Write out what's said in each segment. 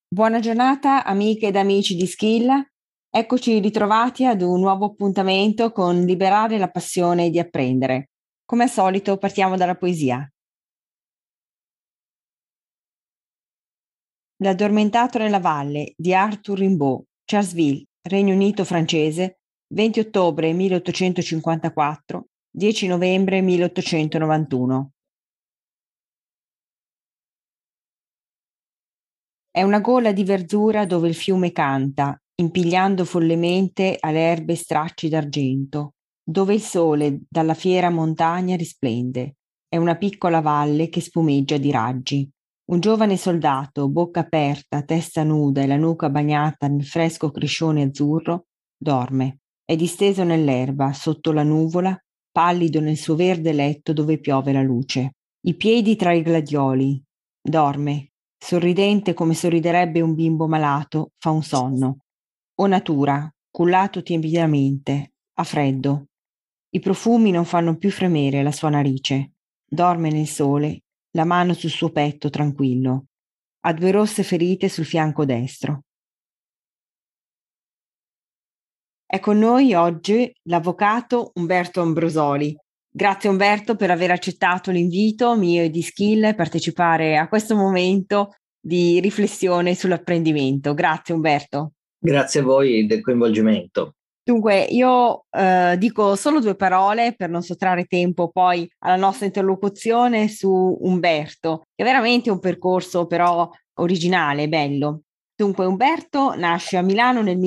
Buona giornata amiche ed amici di Skill. Eccoci ritrovati ad un nuovo appuntamento con Liberare la passione di apprendere. Come al solito partiamo dalla poesia. L'addormentato nella valle di Arthur Rimbaud, Charlesville, Regno Unito francese, 20 ottobre 1854, 10 novembre 1891. È una gola di verdura dove il fiume canta, impigliando follemente alle erbe stracci d'argento, dove il sole dalla fiera montagna risplende. È una piccola valle che spumeggia di raggi. Un giovane soldato, bocca aperta, testa nuda e la nuca bagnata nel fresco crescione azzurro, dorme. È disteso nell'erba, sotto la nuvola, pallido nel suo verde letto dove piove la luce. I piedi tra i gladioli. Dorme, sorridente come sorriderebbe un bimbo malato, fa un sonno. O natura, cullato timidamente, ha freddo. I profumi non fanno più fremere la sua narice. Dorme nel sole, la mano sul suo petto tranquillo. Ha due rosse ferite sul fianco destro. È con noi oggi l'avvocato Umberto Ambrosoli. Grazie Umberto per aver accettato l'invito mio e di Skill e partecipare a questo momento di riflessione sull'apprendimento. Grazie Umberto. Grazie a voi del coinvolgimento. Dunque, io dico solo due parole per non sottrarre tempo poi alla nostra interlocuzione su Umberto, che è veramente un percorso però originale, bello. Dunque, Umberto nasce a Milano nel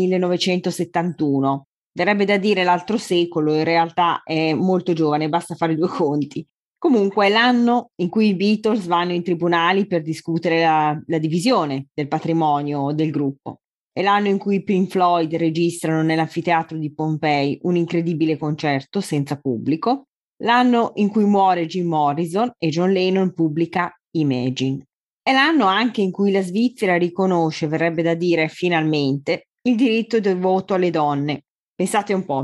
1971, verrebbe da dire l'altro secolo, in realtà è molto giovane, basta fare due conti. Comunque è l'anno in cui i Beatles vanno in tribunali per discutere la divisione del patrimonio del gruppo. È l'anno in cui i Pink Floyd registrano nell'anfiteatro di Pompei un incredibile concerto senza pubblico, l'anno in cui muore Jim Morrison e John Lennon pubblica Imagine. È l'anno anche in cui la Svizzera riconosce, verrebbe da dire finalmente, il diritto del voto alle donne. Pensate un po',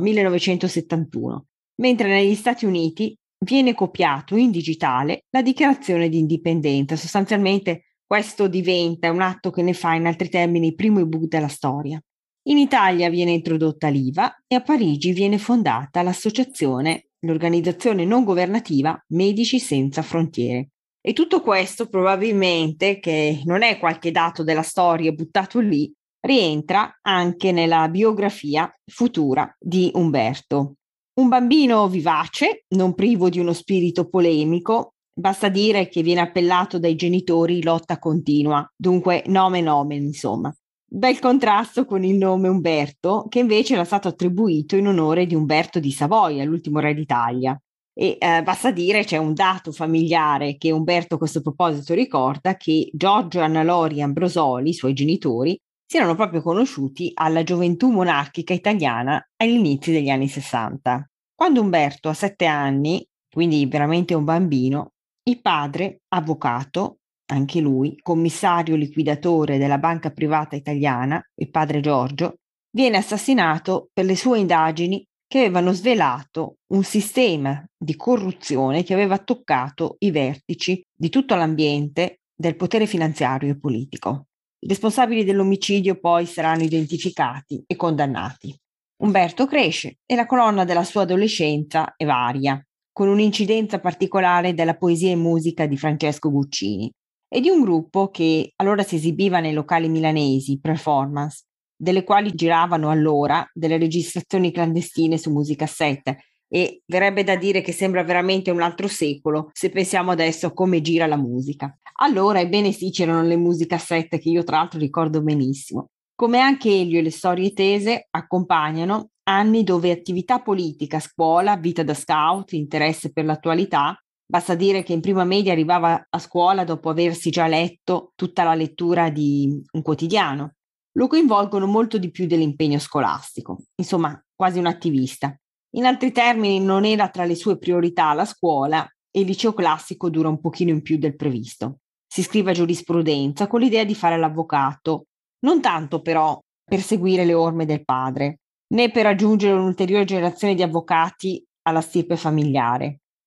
1971. Mentre negli Stati Uniti viene copiato in digitale la dichiarazione di indipendenza, sostanzialmente questo diventa un atto che ne fa, in altri termini, il primo ebook della storia. In Italia viene introdotta l'IVA e a Parigi viene fondata l'associazione, l'organizzazione non governativa Medici Senza Frontiere. E tutto questo probabilmente, che non è qualche dato della storia buttato lì, rientra anche nella biografia futura di Umberto. Un bambino vivace, non privo di uno spirito polemico. Basta dire che viene appellato dai genitori lotta continua, dunque nomen omen, insomma. Bel contrasto con il nome Umberto, che invece era stato attribuito in onore di Umberto di Savoia, l'ultimo re d'Italia. E basta dire, c'è un dato familiare che Umberto a questo proposito ricorda, che Giorgio e Annalori Ambrosoli, i suoi genitori, si erano proprio conosciuti alla gioventù monarchica italiana agli inizi degli anni 60. Quando Umberto ha 7 anni, quindi veramente un bambino, il padre, avvocato, anche lui, commissario liquidatore della banca privata italiana, il padre Giorgio, viene assassinato per le sue indagini che avevano svelato un sistema di corruzione che aveva toccato i vertici di tutto l'ambiente del potere finanziario e politico. I responsabili dell'omicidio poi saranno identificati e condannati. Umberto cresce e la colonna della sua adolescenza è varia, con un'incidenza particolare della poesia e musica di Francesco Guccini e di un gruppo che allora si esibiva nei locali milanesi, performance, delle quali giravano allora delle registrazioni clandestine su musicassette, e verrebbe da dire che sembra veramente un altro secolo se pensiamo adesso a come gira la musica. Allora, ebbene sì, c'erano le musicassette che io tra l'altro ricordo benissimo. Come anche Elio e le storie tese accompagnano anni dove attività politica, scuola, vita da scout, interesse per l'attualità. Basta dire che in prima media arrivava a scuola dopo aversi già letto tutta la lettura di un quotidiano. Lo coinvolgono molto di più dell'impegno scolastico, insomma, quasi un attivista. In altri termini, non era tra le sue priorità la scuola e il liceo classico dura un pochino in più del previsto. Si iscrive a giurisprudenza con l'idea di fare l'avvocato, non tanto però per seguire le orme del padre, né per aggiungere un'ulteriore generazione di avvocati alla stirpe familiare,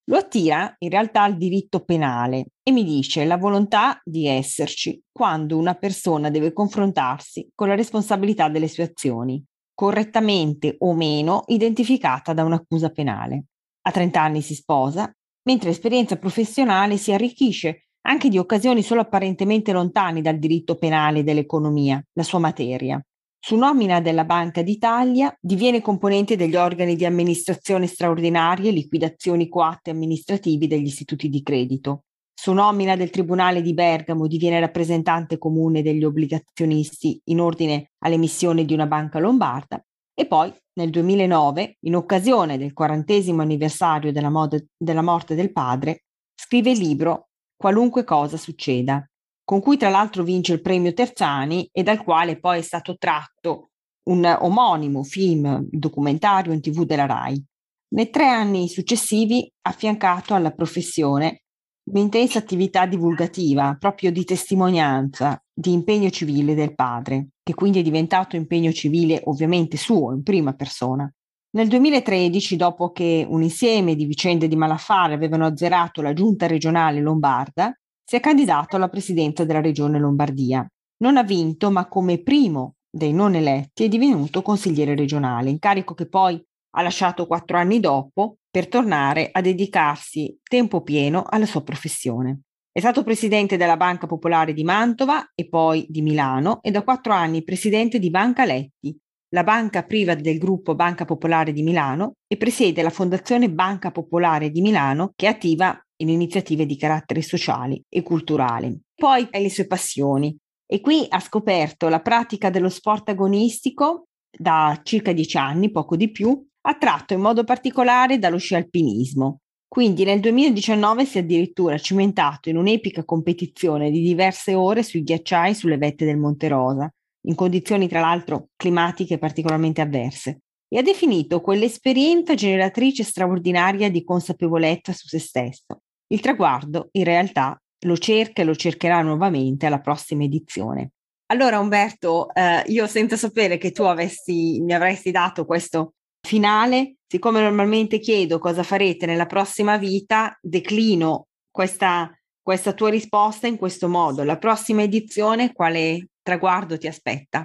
Lo attira in realtà al diritto penale e mi dice la volontà di esserci quando una persona deve confrontarsi con la responsabilità delle sue azioni, correttamente o meno identificata da un'accusa penale. A 30 anni si sposa, mentre l'esperienza professionale si arricchisce anche di occasioni solo apparentemente lontane dal diritto penale e dell'economia, la sua materia. Su nomina della Banca d'Italia diviene componente degli organi di amministrazione straordinarie, liquidazioni coatte amministrativi degli istituti di credito. Su nomina del Tribunale di Bergamo diviene rappresentante comune degli obbligazionisti in ordine all'emissione di una banca lombarda e poi nel 2009, in occasione del 40° anniversario della morte del padre, scrive il libro Qualunque cosa succeda, con cui tra l'altro vince il premio Terzani e dal quale poi è stato tratto un omonimo film documentario in TV della Rai. Nei 3 anni successivi ha affiancato alla professione un'intensa attività divulgativa, proprio di testimonianza, di impegno civile del padre, che quindi è diventato impegno civile ovviamente suo, in prima persona. Nel 2013, dopo che un insieme di vicende di malaffare avevano azzerato la giunta regionale lombarda, si è candidato alla presidenza della regione Lombardia. Non ha vinto, ma come primo dei non eletti è divenuto consigliere regionale, incarico che poi ha lasciato 4 anni dopo per tornare a dedicarsi tempo pieno alla sua professione. È stato presidente della Banca Popolare di Mantova e poi di Milano e da 4 anni presidente di Banca Letti, la banca priva del gruppo Banca Popolare di Milano, e presiede la Fondazione Banca Popolare di Milano, che è attiva in iniziative di carattere sociale e culturale. Poi ha le sue passioni e qui ha scoperto la pratica dello sport agonistico da circa 10 anni, poco di più, attratto in modo particolare dallo sci alpinismo. Quindi nel 2019 si è addirittura cimentato in un'epica competizione di diverse ore sui ghiacciai sulle vette del Monte Rosa, in condizioni tra l'altro climatiche particolarmente avverse, e ha definito quell'esperienza generatrice straordinaria di consapevolezza su se stesso. Il traguardo, in realtà, lo cerca e lo cercherà nuovamente alla prossima edizione. Allora Umberto, io senza sapere che tu mi avresti dato questo finale, siccome normalmente chiedo cosa farete nella prossima vita, declino questa tua risposta in questo modo. La prossima edizione, quale traguardo ti aspetta?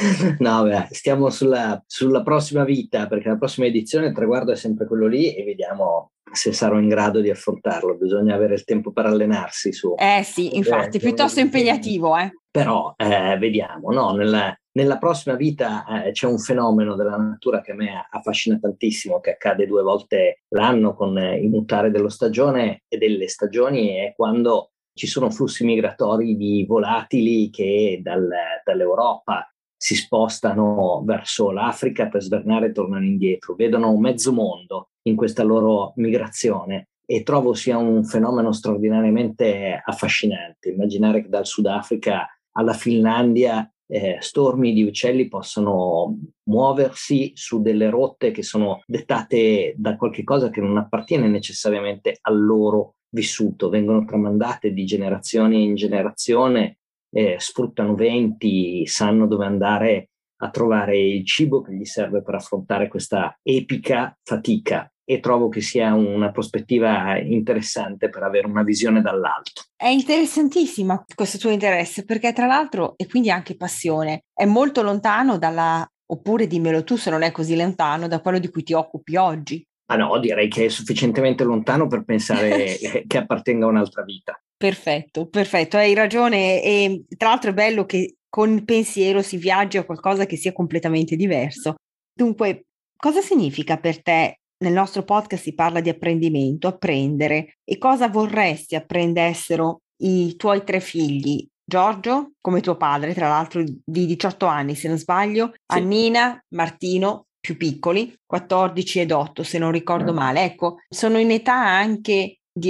No, beh, stiamo sulla prossima vita, perché la prossima edizione il traguardo è sempre quello lì e vediamo se sarò in grado di affrontarlo. Bisogna avere il tempo per allenarsi su. Sì, infatti, piuttosto impegnativo, Però vediamo, no? Nella prossima vita c'è un fenomeno della natura che a me affascina tantissimo, che accade 2 volte l'anno con il mutare dello stagione e delle stagioni, è quando ci sono flussi migratori di volatili che dall'Europa si spostano verso l'Africa per svernare e tornano indietro, vedono un mezzo mondo in questa loro migrazione e trovo sia un fenomeno straordinariamente affascinante. Immaginare che dal Sudafrica alla Finlandia stormi di uccelli possono muoversi su delle rotte che sono dettate da qualche cosa che non appartiene necessariamente al loro vissuto, vengono tramandate di generazione in generazione, sfruttano venti, sanno dove andare a trovare il cibo che gli serve per affrontare questa epica fatica, e trovo che sia una prospettiva interessante per avere una visione dall'alto. È interessantissima questo tuo interesse, perché tra l'altro, e quindi anche passione, è molto lontano oppure dimmelo tu se non è così lontano, da quello di cui ti occupi oggi. Ah no, direi che è sufficientemente lontano per pensare che appartenga a un'altra vita. Perfetto, hai ragione, e tra l'altro è bello che con il pensiero si viaggia a qualcosa che sia completamente diverso. Dunque, cosa significa per te? Nel nostro podcast si parla di apprendimento, apprendere, e cosa vorresti apprendessero i tuoi 3 figli? Giorgio, come tuo padre, tra l'altro di 18 anni se non sbaglio, Sì. Annina, Martino, più piccoli, 14 ed 8 se non ricordo male. Ecco, sono in età anche di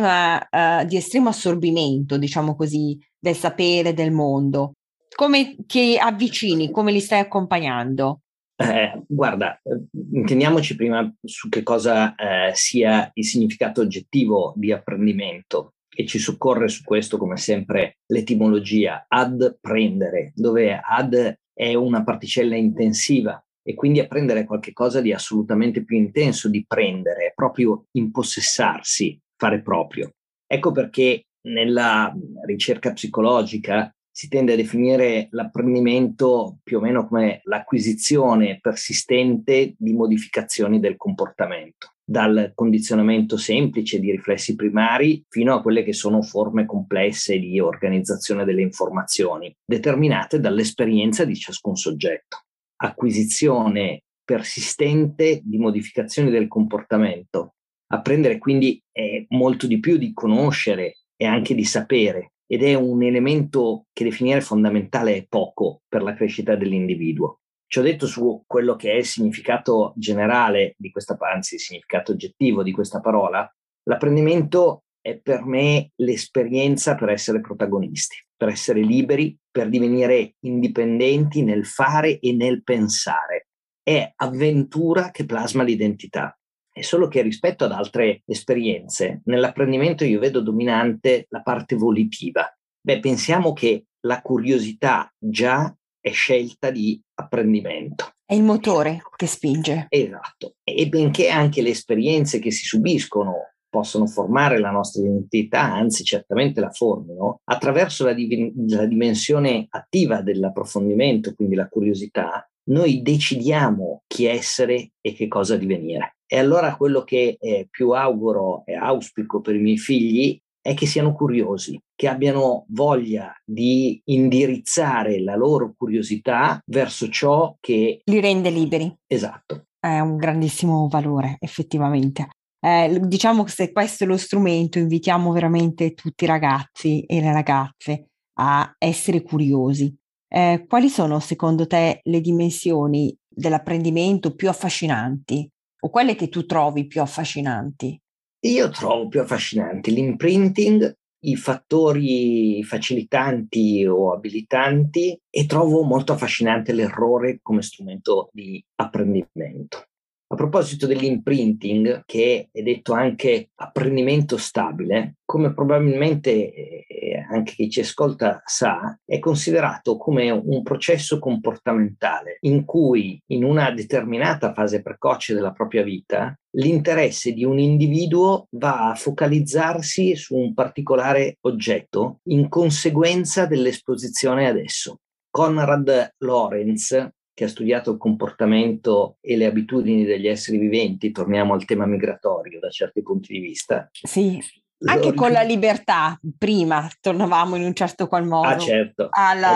estremo assorbimento, diciamo così, del sapere del mondo. Come ti avvicini? Come li stai accompagnando? Guarda, intendiamoci prima su che cosa sia il significato oggettivo di apprendimento, e ci soccorre su questo come sempre l'etimologia ad prendere, dove ad è una particella intensiva e quindi apprendere qualche cosa di assolutamente più intenso, di prendere, proprio impossessarsi, fare proprio. Ecco perché nella ricerca psicologica si tende a definire l'apprendimento più o meno come l'acquisizione persistente di modificazioni del comportamento, dal condizionamento semplice di riflessi primari fino a quelle che sono forme complesse di organizzazione delle informazioni, determinate dall'esperienza di ciascun soggetto. Acquisizione persistente di modificazioni del comportamento. Apprendere quindi è molto di più di conoscere e anche di sapere, ed è un elemento che definire fondamentale è poco per la crescita dell'individuo. Ci ho detto su quello che è il significato generale di questa, anzi il significato oggettivo di questa parola. L'apprendimento è per me l'esperienza per essere protagonisti, per essere liberi, per divenire indipendenti nel fare e nel pensare. È avventura che plasma l'identità. È solo che rispetto ad altre esperienze, nell'apprendimento io vedo dominante la parte volitiva. Pensiamo che la curiosità già è scelta di apprendimento. È il motore che spinge. Esatto. E benché anche le esperienze che si subiscono possono formare la nostra identità, anzi certamente la formino, attraverso la dimensione attiva dell'approfondimento, quindi la curiosità, noi decidiamo chi essere e che cosa divenire. E allora quello che più auguro e auspico per i miei figli è che siano curiosi, che abbiano voglia di indirizzare la loro curiosità verso ciò che Li rende liberi. Esatto. È un grandissimo valore, effettivamente. Diciamo che se questo è lo strumento, invitiamo veramente tutti i ragazzi e le ragazze a essere curiosi. Quali sono secondo te le dimensioni dell'apprendimento più affascinanti o quelle che tu trovi più affascinanti? Io trovo più affascinanti l'imprinting, i fattori facilitanti o abilitanti, e trovo molto affascinante l'errore come strumento di apprendimento. A proposito dell'imprinting, che è detto anche apprendimento stabile, come probabilmente anche chi ci ascolta sa, è considerato come un processo comportamentale in cui in una determinata fase precoce della propria vita l'interesse di un individuo va a focalizzarsi su un particolare oggetto in conseguenza dell'esposizione ad esso. Konrad Lorenz, che ha studiato il comportamento e le abitudini degli esseri viventi, torniamo al tema migratorio da certi punti di vista. Sì, anche con la libertà, prima tornavamo in un certo qual modo certo.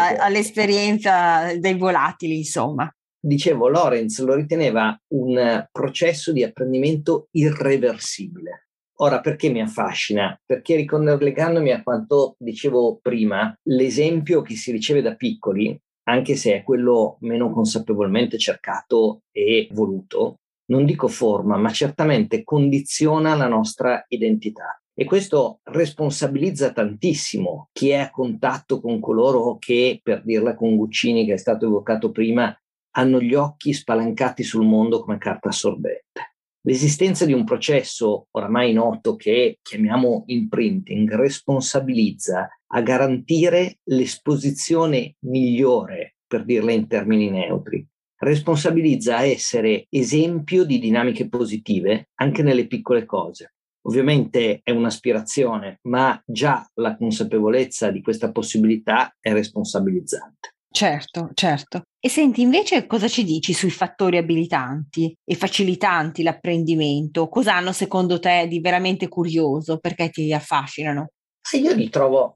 all'esperienza dei volatili, insomma. Dicevo, Lorenz lo riteneva un processo di apprendimento irreversibile. Ora, perché mi affascina? Perché ricollegandomi a quanto dicevo prima, l'esempio che si riceve da piccoli, anche se è quello meno consapevolmente cercato e voluto, non dico forma, ma certamente condiziona la nostra identità. E questo responsabilizza tantissimo chi è a contatto con coloro che, per dirla con Guccini, che è stato evocato prima, hanno gli occhi spalancati sul mondo come carta assorbente. L'esistenza di un processo oramai noto che chiamiamo imprinting responsabilizza a garantire l'esposizione migliore, per dirla in termini neutri. Responsabilizza a essere esempio di dinamiche positive anche nelle piccole cose. Ovviamente è un'aspirazione, ma già la consapevolezza di questa possibilità è responsabilizzante. Certo, certo. E senti, invece cosa ci dici sui fattori abilitanti e facilitanti l'apprendimento? Cosa hanno secondo te di veramente curioso? Perché ti affascinano? Io li trovo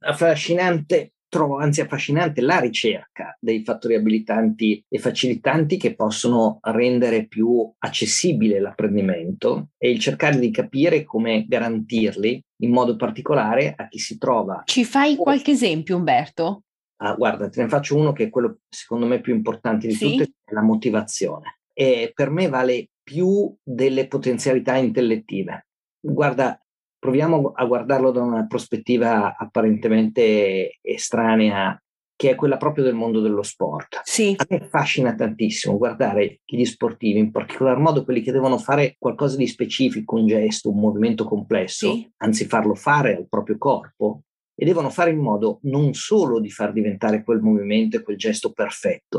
anzi affascinante la ricerca dei fattori abilitanti e facilitanti che possono rendere più accessibile l'apprendimento e il cercare di capire come garantirli in modo particolare a chi si trova. Ci fai qualche esempio, Umberto? Guarda, te ne faccio uno che è quello secondo me più importante di tutte, è la motivazione. E per me vale più delle potenzialità intellettive. Guarda, proviamo a guardarlo da una prospettiva apparentemente estranea, che è quella proprio del mondo dello sport. Sì. A me affascina tantissimo guardare gli sportivi, in particolar modo quelli che devono fare qualcosa di specifico, un gesto, un movimento complesso, sì, anzi farlo fare al proprio corpo, e devono fare in modo non solo di far diventare quel movimento e quel gesto perfetto,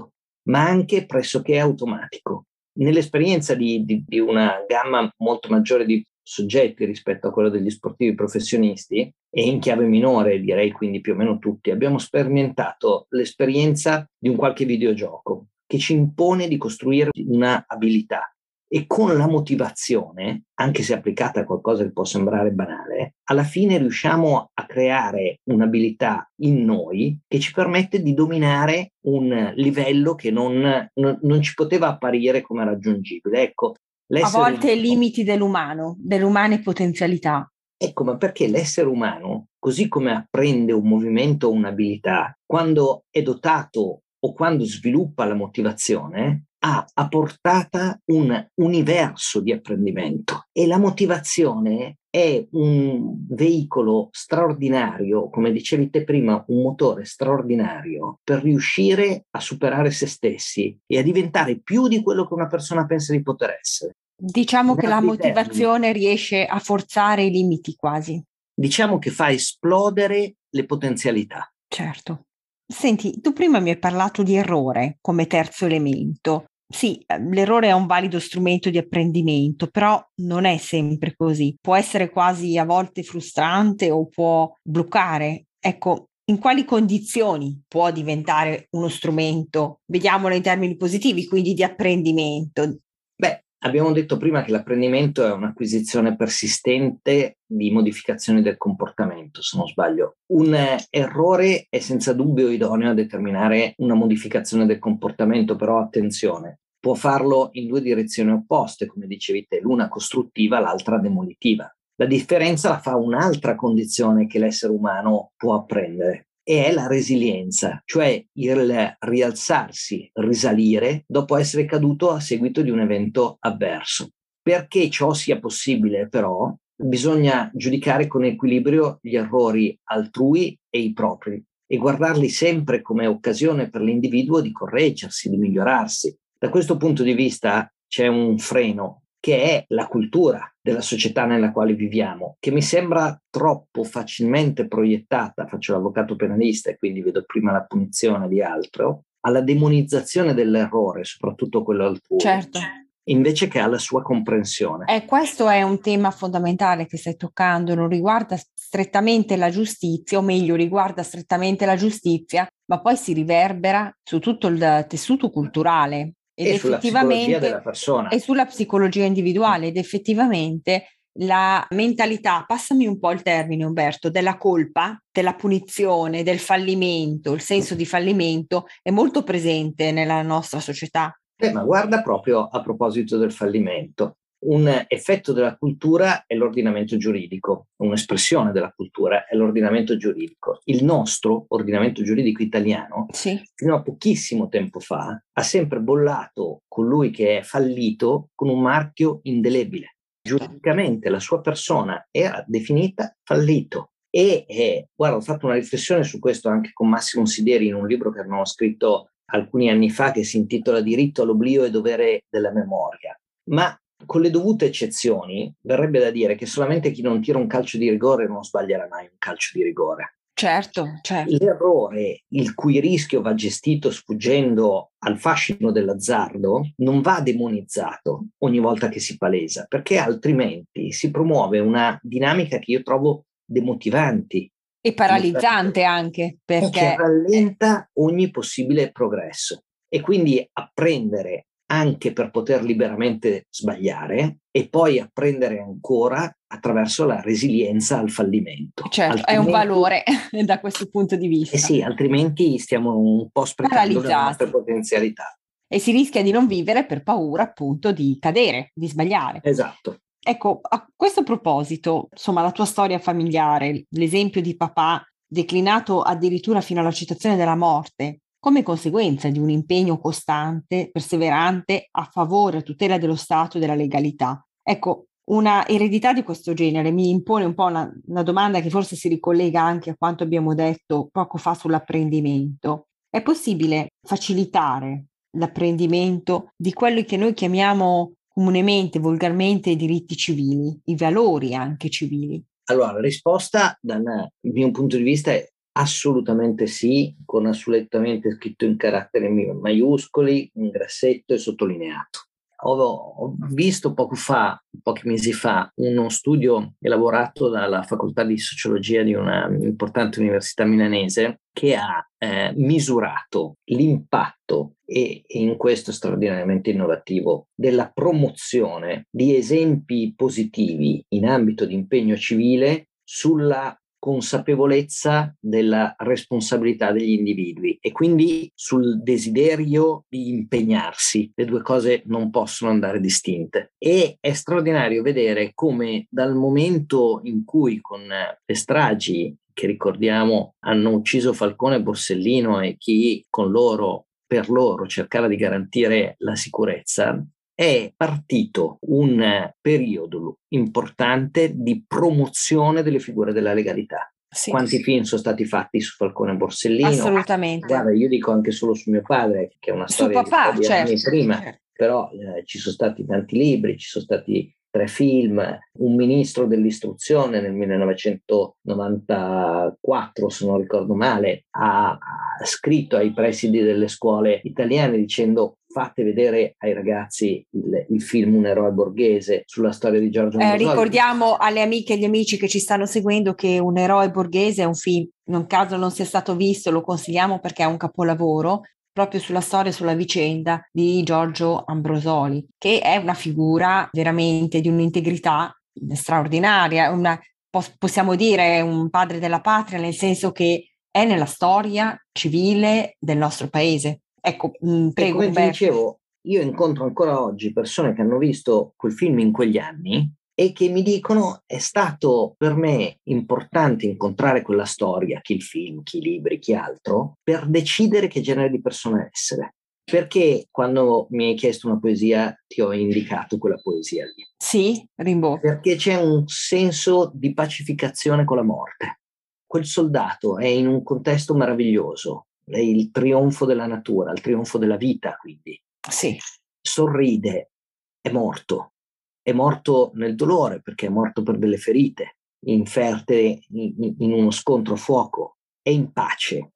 ma anche pressoché automatico. Nell'esperienza di una gamma molto maggiore di soggetti rispetto a quello degli sportivi professionisti, e in chiave minore direi quindi più o meno tutti, abbiamo sperimentato l'esperienza di un qualche videogioco che ci impone di costruire una abilità. E con la motivazione, anche se applicata a qualcosa che può sembrare banale, alla fine riusciamo a creare un'abilità in noi che ci permette di dominare un livello che non ci poteva apparire come raggiungibile. Ecco, A l'essere volte umano, limiti dell'umano, delle umane potenzialità. ecco, ma perché l'essere umano, così come apprende un movimento o un'abilità, quando è dotato o quando sviluppa la motivazione, ha a portata un universo di apprendimento, e la motivazione è un veicolo straordinario, come dicevi te prima, un motore straordinario per riuscire a superare se stessi e a diventare più di quello che una persona pensa di poter essere. Diciamo In che la altri termini, motivazione riesce a forzare i limiti quasi. diciamo che fa esplodere le potenzialità. Certo. Senti, tu prima mi hai parlato di errore come terzo elemento. Sì, l'errore è un valido strumento di apprendimento, però non è sempre così. Può essere quasi a volte frustrante o può bloccare. Ecco, in quali condizioni può diventare uno strumento? Vediamolo in termini positivi, quindi di apprendimento. Beh, abbiamo detto prima che l'apprendimento è un'acquisizione persistente di modificazioni del comportamento, se non sbaglio. Un errore è senza dubbio idoneo a determinare una modificazione del comportamento, però attenzione, può farlo in due direzioni opposte, come dicevi te, l'una costruttiva, l'altra demolitiva. La differenza la fa un'altra condizione che l'essere umano può apprendere, e è la resilienza, cioè il rialzarsi, risalire dopo essere caduto a seguito di un evento avverso. Perché ciò sia possibile, però, bisogna giudicare con equilibrio gli errori altrui e i propri e guardarli sempre come occasione per l'individuo di correggersi, di migliorarsi. Da questo punto di vista c'è un freno che è la cultura della società nella quale viviamo, che mi sembra troppo facilmente proiettata, faccio l'avvocato penalista e quindi vedo prima la punizione di altro, alla demonizzazione dell'errore, soprattutto quello altrui, Certo. invece che alla sua comprensione. Questo è un tema fondamentale che stai toccando, non riguarda strettamente la giustizia, o meglio, riguarda strettamente la giustizia, ma poi si riverbera su tutto il tessuto culturale ed E sulla psicologia della effettivamente persona. e sulla psicologia individuale ed effettivamente la mentalità, passami un po' il termine Umberto, della colpa, della punizione, del fallimento, il senso di fallimento è molto presente nella nostra società. Ma guarda, proprio a proposito del fallimento, un effetto della cultura è l'ordinamento giuridico, un'espressione della cultura è l'ordinamento giuridico. Il nostro ordinamento giuridico italiano, Sì. fino a pochissimo tempo fa, ha sempre bollato colui che è fallito con un marchio indelebile. Giuridicamente la sua persona era definita fallito. Guarda, ho fatto una riflessione su questo anche con Massimo Sideri in un libro che abbiamo scritto alcuni anni fa, che si intitola Diritto all'oblio e dovere della memoria. Ma con le dovute eccezioni, verrebbe da dire che solamente chi non tira un calcio di rigore non sbaglierà mai un calcio di rigore. Certo, certo. L'errore, il cui rischio va gestito sfuggendo al fascino dell'azzardo, non va demonizzato ogni volta che si palesa, perché altrimenti si promuove una dinamica che io trovo demotivante E paralizzante anche, e che perché rallenta ogni possibile progresso. E quindi apprendere anche per poter liberamente sbagliare, e poi apprendere ancora attraverso la resilienza al fallimento. certo, è un valore da questo punto di vista. Sì, altrimenti stiamo un po' sprecando le nostre Paralizzati potenzialità. e si rischia di non vivere per paura appunto di cadere, di sbagliare. Esatto. Ecco, a questo proposito, insomma, la tua storia familiare, l'esempio di papà declinato addirittura fino alla citazione della morte, come conseguenza di un impegno costante, perseverante a favore e tutela dello Stato e della legalità. Ecco, una eredità di questo genere mi impone un po' una domanda che forse si ricollega anche a quanto abbiamo detto poco fa sull'apprendimento. È possibile facilitare l'apprendimento di quelli che noi chiamiamo comunemente, volgarmente, i diritti civili, i valori anche civili? Allora, la risposta dal mio punto di vista è Assolutamente sì, con assolutamente scritto in caratteri maiuscoli, in grassetto e sottolineato. Ho visto pochi mesi fa, uno studio elaborato dalla facoltà di sociologia di una importante università milanese che ha misurato l'impatto, e in questo straordinariamente innovativo, della promozione di esempi positivi in ambito di impegno civile sulla consapevolezza della responsabilità degli individui e quindi sul desiderio di impegnarsi. Le due cose non possono andare distinte. E è straordinario vedere come dal momento in cui con le stragi che ricordiamo hanno ucciso Falcone e Borsellino e chi con loro, per loro, cercava di garantire la sicurezza, è partito un periodo importante di promozione delle figure della legalità. Sì. Quanti film sono stati fatti su Falcone e Borsellino? Assolutamente. Guarda, io dico anche solo su mio padre, che è una storia su papà, di anni certo, prima, certo. Però ci sono stati tanti libri, ci sono stati 3 film, un ministro dell'istruzione nel 1994, se non ricordo male, ha scritto ai presidi delle scuole italiane dicendo: fate vedere ai ragazzi il film Un eroe borghese sulla storia di Giorgio Ambrosoli. Ricordiamo alle amiche e agli amici che ci stanno seguendo che Un eroe borghese è un film, non caso non sia stato visto, lo consigliamo perché è un capolavoro proprio sulla storia, sulla vicenda di Giorgio Ambrosoli, che è una figura veramente di un'integrità straordinaria, possiamo dire un padre della patria, nel senso che è nella storia civile del nostro paese. Ecco, prego, come Umberto. ti dicevo, io incontro ancora oggi persone che hanno visto quel film in quegli anni e che mi dicono: è stato per me importante incontrare quella storia, chi il film, chi i libri, chi altro, per decidere che genere di persona essere. Perché quando mi hai chiesto una poesia ti ho indicato quella poesia lì? Sì, Rimbaud. Perché c'è un senso di pacificazione con la morte. Quel soldato è in un contesto meraviglioso, è il trionfo della natura, il trionfo della vita, quindi. Sì. Sorride, è morto nel dolore perché è morto per delle ferite inferte in uno scontro a fuoco, è in pace.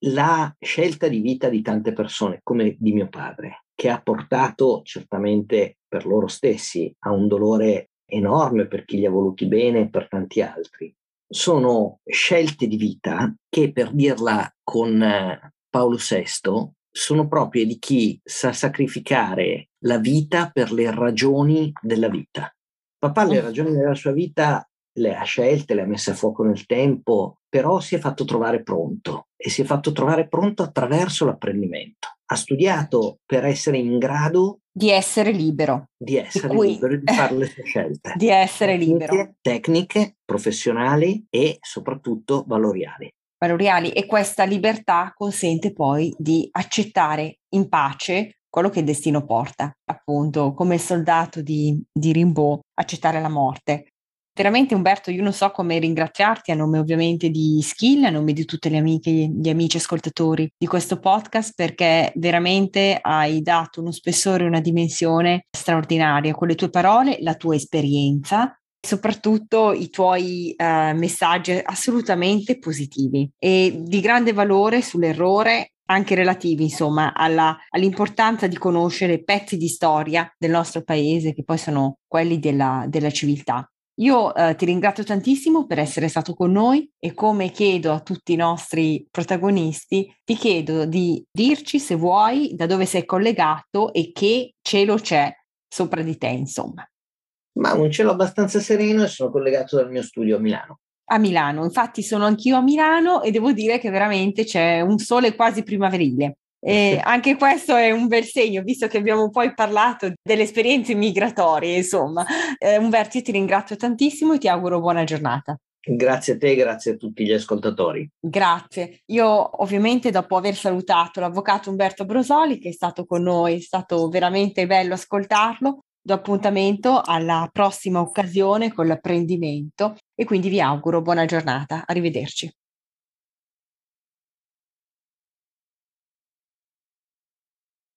La scelta di vita di tante persone, come di mio padre, che ha portato certamente per loro stessi a un dolore enorme per chi li ha voluti bene e per tanti altri, sono scelte di vita che, per dirla con Paolo VI, sono proprie di chi sa sacrificare la vita per le ragioni della vita. Papà le ragioni della sua vita le ha scelte, le ha messe a fuoco nel tempo, però si è fatto trovare pronto e si è fatto trovare pronto attraverso l'apprendimento. Ha studiato per essere in grado di essere libero. Di fare le sue scelte. Di essere libero. Tecniche, professionali e soprattutto valoriali. E questa libertà consente poi di accettare in pace quello che il destino porta, appunto, come il soldato di Rimbaud, accettare la morte. Veramente, Umberto, io non so come ringraziarti a nome ovviamente di Skill, a nome di tutte le amiche e gli amici ascoltatori di questo podcast, perché veramente hai dato uno spessore, una dimensione straordinaria con le tue parole, la tua esperienza, soprattutto i tuoi messaggi assolutamente positivi e di grande valore sull'errore, anche relativi insomma all'importanza di conoscere pezzi di storia del nostro paese che poi sono quelli della civiltà. Io ti ringrazio tantissimo per essere stato con noi e, come chiedo a tutti i nostri protagonisti, ti chiedo di dirci, se vuoi, da dove sei collegato e che cielo c'è sopra di te, insomma. Ma un cielo abbastanza sereno e sono collegato dal mio studio a Milano. A Milano, infatti sono anch'io a Milano e devo dire che veramente c'è un sole quasi primaverile. E anche questo è un bel segno, visto che abbiamo poi parlato delle esperienze migratorie, insomma. Umberto, io ti ringrazio tantissimo e ti auguro buona giornata. Grazie a te, grazie a tutti gli ascoltatori. Grazie. Io ovviamente, dopo aver salutato l'avvocato Umberto Brosoli, che è stato con noi, è stato veramente bello ascoltarlo, do appuntamento alla prossima occasione con l'apprendimento e quindi vi auguro buona giornata. Arrivederci.